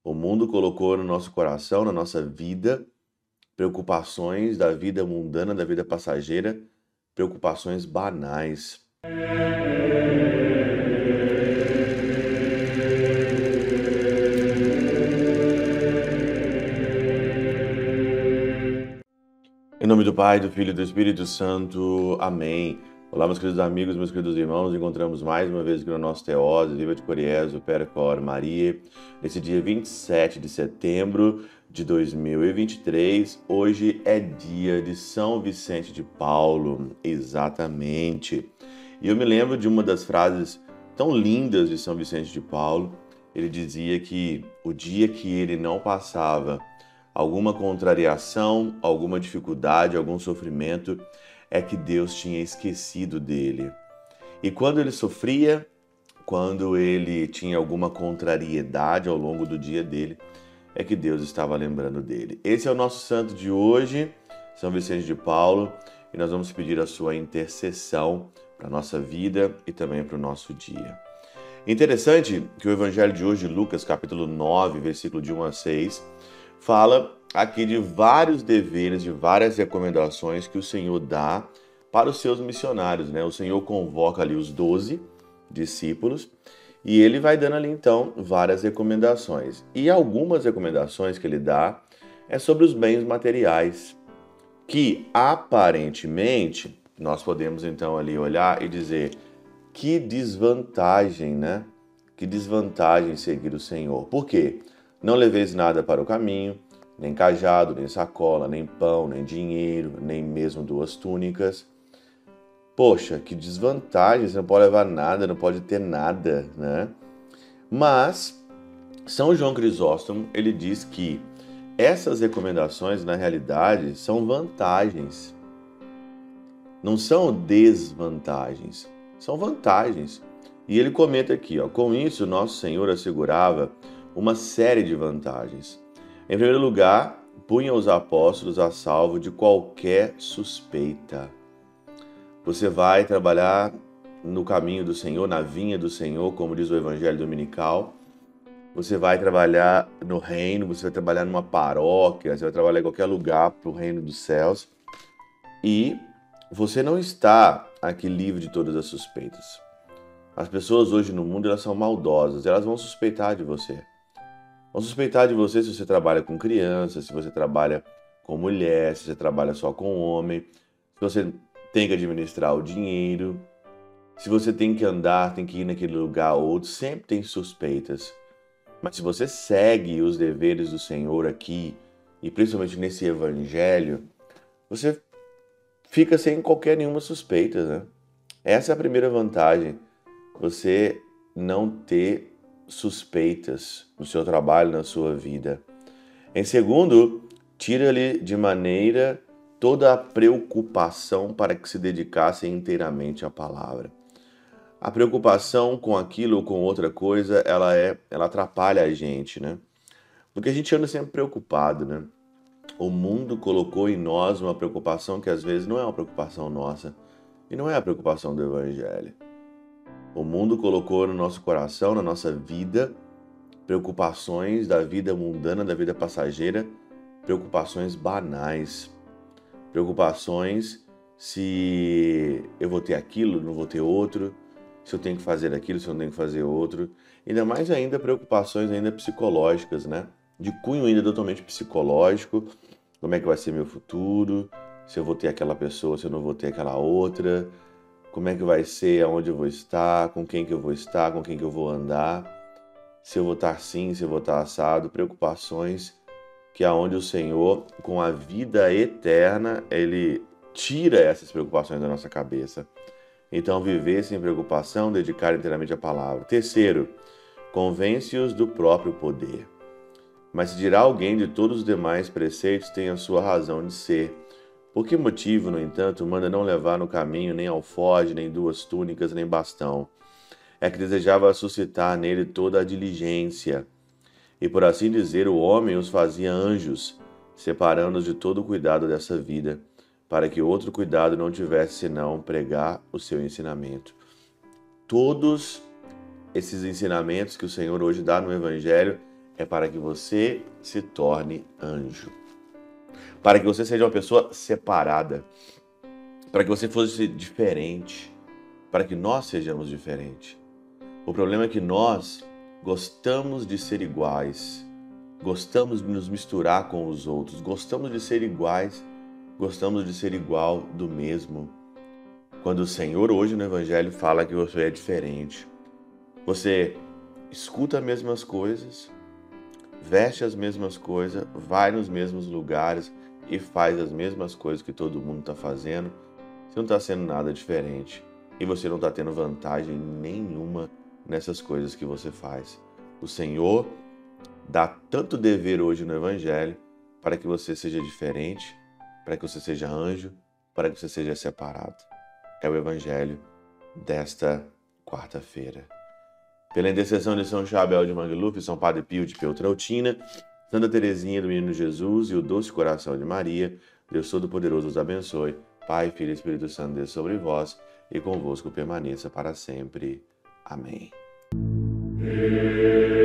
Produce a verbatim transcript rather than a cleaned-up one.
O mundo colocou no nosso coração, na nossa vida, preocupações da vida mundana, da vida passageira, preocupações banais. Em nome do Pai, do Filho e do Espírito Santo. Amém. Olá, meus queridos amigos, meus queridos irmãos. Nos encontramos mais uma vez aqui no nosso Teose, Viva de Coriésio, Percor Maria, nesse dia vinte e sete de setembro de dois mil e vinte e três. Hoje é dia de São Vicente de Paulo, exatamente. E eu me lembro de uma das frases tão lindas de São Vicente de Paulo. Ele dizia que o dia que ele não passava alguma contrariação, alguma dificuldade, algum sofrimento, é que Deus tinha esquecido dele. E quando ele sofria, quando ele tinha alguma contrariedade ao longo do dia dele, é que Deus estava lembrando dele. Esse é o nosso santo de hoje, São Vicente de Paulo, e nós vamos pedir a sua intercessão para a nossa vida e também para o nosso dia. Interessante que o evangelho de hoje, Lucas capítulo nove, versículo de um a seis, fala aqui de vários deveres, de várias recomendações que o Senhor dá para os seus missionários, né? O Senhor convoca ali os doze discípulos e ele vai dando ali então várias recomendações. E algumas recomendações que ele dá é sobre os bens materiais, que aparentemente nós podemos então ali olhar e dizer que desvantagem, né? Que desvantagem seguir o Senhor. Por quê? Não leveis nada para o caminho, nem cajado, nem sacola, nem pão, nem dinheiro, nem mesmo duas túnicas. Poxa, que desvantagem, você não pode levar nada, não pode ter nada, né? Mas São João Crisóstomo, ele diz que essas recomendações, na realidade, são vantagens. Não são desvantagens, são vantagens. E ele comenta aqui, ó, com isso, nosso Senhor assegurava uma série de vantagens. Em primeiro lugar, punha os apóstolos a salvo de qualquer suspeita. Você vai trabalhar no caminho do Senhor, na vinha do Senhor, como diz o Evangelho Dominical. Você vai trabalhar no reino, você vai trabalhar numa paróquia, você vai trabalhar em qualquer lugar para o reino dos céus. E você não está aqui livre de todas as suspeitas. As pessoas hoje no mundo, elas são maldosas, elas vão suspeitar de você. Vão suspeitar de você se você trabalha com crianças, se você trabalha com mulher, se você trabalha só com homem, se você tem que administrar o dinheiro, se você tem que andar, tem que ir naquele lugar ou outro, sempre tem suspeitas. Mas se você segue os deveres do Senhor aqui, e principalmente nesse evangelho, você fica sem qualquer nenhuma suspeita, né? Essa é a primeira vantagem, você não ter suspeitas no seu trabalho, na sua vida. Em segundo, tira-lhe de maneira toda a preocupação para que se dedicasse inteiramente à palavra. A preocupação com aquilo ou com outra coisa, ela é, ela atrapalha a gente, né? Porque a gente anda sempre preocupado, né? O mundo colocou em nós uma preocupação que às vezes não é uma preocupação nossa e não é a preocupação do Evangelho. O mundo colocou no nosso coração, na nossa vida, preocupações da vida mundana, da vida passageira, preocupações banais. Preocupações se eu vou ter aquilo, não vou ter outro, se eu tenho que fazer aquilo, se eu não tenho que fazer outro. Ainda mais ainda preocupações ainda psicológicas, né? De cunho ainda totalmente psicológico. Como é que vai ser meu futuro? Se eu vou ter aquela pessoa, se eu não vou ter aquela outra. Como é que vai ser, aonde eu vou estar, com quem que eu vou estar, com quem que eu vou andar, se eu vou estar assim, se eu vou estar assado, preocupações que aonde o Senhor, com a vida eterna, Ele tira essas preocupações da nossa cabeça. Então, viver sem preocupação, dedicar inteiramente à palavra. Terceiro, convence-os do próprio poder. Mas se dirá alguém de todos os demais preceitos tem a sua razão de ser. Por que motivo, no entanto, manda não levar no caminho nem alforje, nem duas túnicas, nem bastão? É que desejava suscitar nele toda a diligência. E por assim dizer, o homem os fazia anjos, separando-os de todo o cuidado dessa vida, para que outro cuidado não tivesse senão pregar o seu ensinamento. Todos esses ensinamentos que o Senhor hoje dá no Evangelho é para que você se torne anjo. Para que você seja uma pessoa separada. Para que você fosse diferente. Para que nós sejamos diferentes. O problema é que nós gostamos de ser iguais. Gostamos de nos misturar com os outros. Gostamos de ser iguais. Gostamos de ser igual do mesmo. Quando o Senhor hoje no Evangelho fala que você é diferente. Você escuta as mesmas coisas, veste as mesmas coisas, vai nos mesmos lugares e faz as mesmas coisas que todo mundo está fazendo. Você não está sendo nada diferente e você não está tendo vantagem nenhuma nessas coisas que você faz. O Senhor dá tanto dever hoje no Evangelho para que você seja diferente, para que você seja anjo, para que você seja separado. É o Evangelho desta quarta-feira. Pela intercessão de São Chabel de Mangluf, São Padre Pio de Peltrautina, Santa Teresinha do Menino Jesus e o Doce Coração de Maria, Deus Todo-Poderoso os abençoe. Pai, Filho e Espírito Santo, Deus sobre vós e convosco permaneça para sempre. Amém.